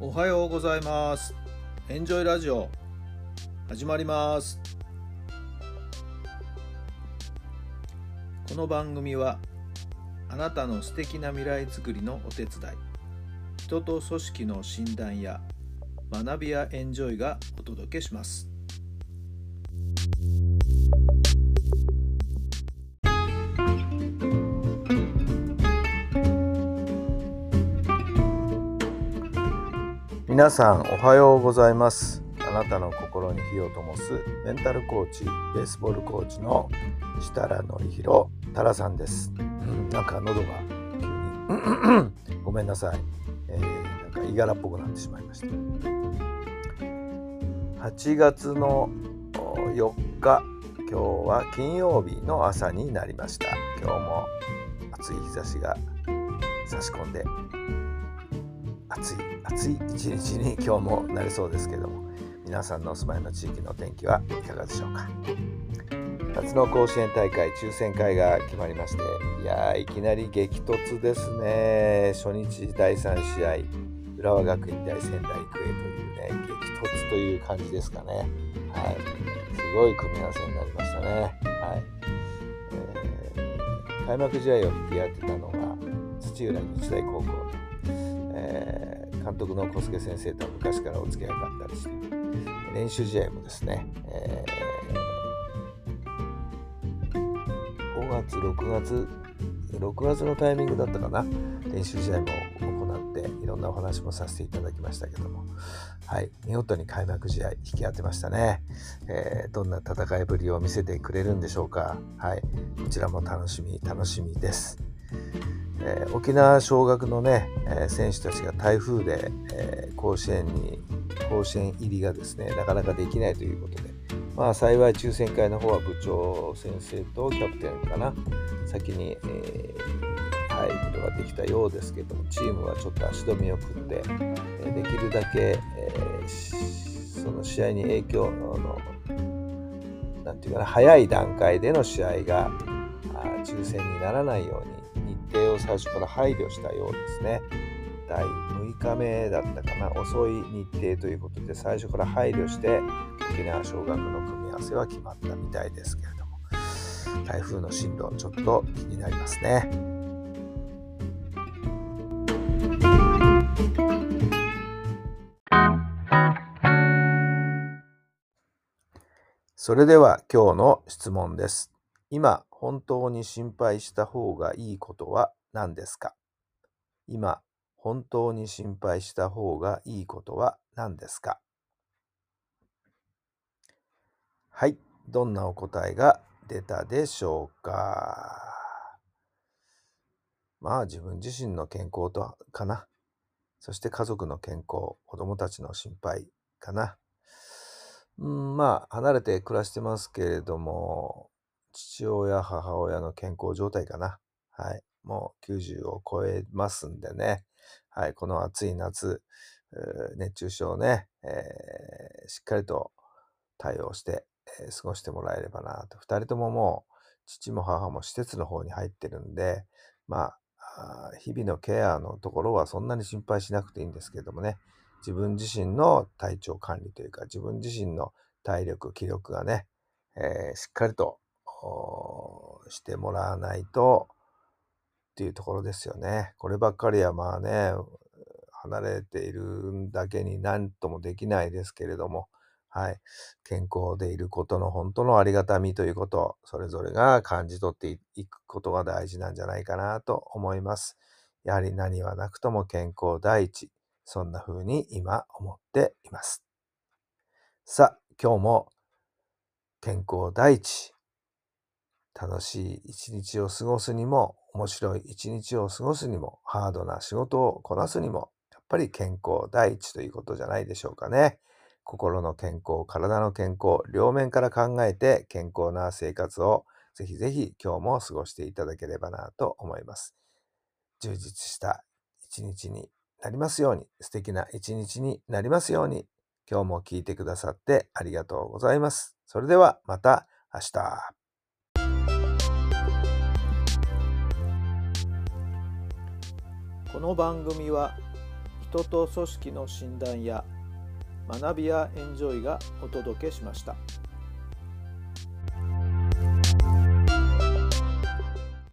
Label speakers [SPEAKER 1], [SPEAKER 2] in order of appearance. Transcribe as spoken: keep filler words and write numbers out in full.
[SPEAKER 1] おはようございます。エンジョイラジオ始まります。この番組はあなたの素敵な未来づくりのお手伝い、人と組織の診断や学びやエンジョイがお届けします。皆さんおはようございます。あなたの心に火を灯すメンタルコーチ、ベースボールコーチの設楽範弘太良さんです。うん、なんか喉が急にごめんなさい、えー、なんかいがらっぽくなってしまいました。はちがつのよっか、今日は金曜日の朝になりました。今日も暑い日差しが差し込んで暑い暑い一日に今日もなりそうですけども、皆さんのお住まいの地域の天気はいかがでしょうか。夏の甲子園大会抽選会が決まりまして、いやーいきなり激突ですね。初日だいさん試合、浦和学院対仙台育英というね、激突という感じですかね。はい、すごい組み合わせになりましたね。はい、えー、開幕試合を引き当てたのが土浦日大高校、えー、監督の小菅先生とは昔からお付き合いがあったりして、練習試合もですね、えー、ごがつろくがつろくがつのタイミングだったかな、練習試合も行っていろんなお話もさせていただきましたけども、はい、見事に開幕試合引き当てましたね。えー、どんな戦いぶりを見せてくれるんでしょうか。はい、こちらも楽しみ楽しみです。えー、沖縄尚学のね、えー、選手たちが台風で、えー、甲子園に甲子園入りがですねなかなかできないということで、まあ幸い抽選会の方は部長先生とキャプテンかな先に、えー、入ることができたようですけども、チームはちょっと足止めを食って、えー、できるだけ、えー、その試合に影響のなんていうかな、早い段階での試合が抽選にならないように日程を最初から配慮したようですね。だいむいかめだったかな、遅い日程ということで最初から配慮して沖縄尚学の組み合わせは決まったみたいですけれども、台風の進路ちょっと気になりますね。それでは今日の質問です。今本当に心配した方がいいことは何ですか？今本当に心配した方がいいことは何ですか？はい、どんなお答えが出たでしょうか。まあ自分自身の健康とかな、そして家族の健康、子供たちの心配かな。うん、まあ離れて暮らしてますけれども、父親母親の健康状態かな。はい、もうきゅうじゅうを超えますんでね、はい、この暑い夏、熱中症ね、えー、しっかりと対応して、えー、過ごしてもらえればなと。ふたりとももう父も母も施設の方に入ってるんで、まあ日々のケアのところはそんなに心配しなくていいんですけれどもね、自分自身の体調管理というか、自分自身の体力気力がね、えー、しっかりとしてもらわないとっていうところですよね。こればっかりはまあね、離れているだけに何ともできないですけれども、はい、健康でいることの本当のありがたみということをそれぞれが感じ取っていくことが大事なんじゃないかなと思います。やはり何はなくとも健康第一、そんな風に今思っています。さあ、今日も健康第一、楽しい一日を過ごすにも、面白い一日を過ごすにも、ハードな仕事をこなすにも、やっぱり健康第一ということじゃないでしょうかね。心の健康、体の健康、両面から考えて健康な生活をぜひぜひ今日も過ごしていただければなと思います。充実した一日になりますように、素敵な一日になりますように、今日も聞いてくださってありがとうございます。それではまた明日。この番組は
[SPEAKER 2] 人と組織の診断や学びやエンジョイがお届けしました。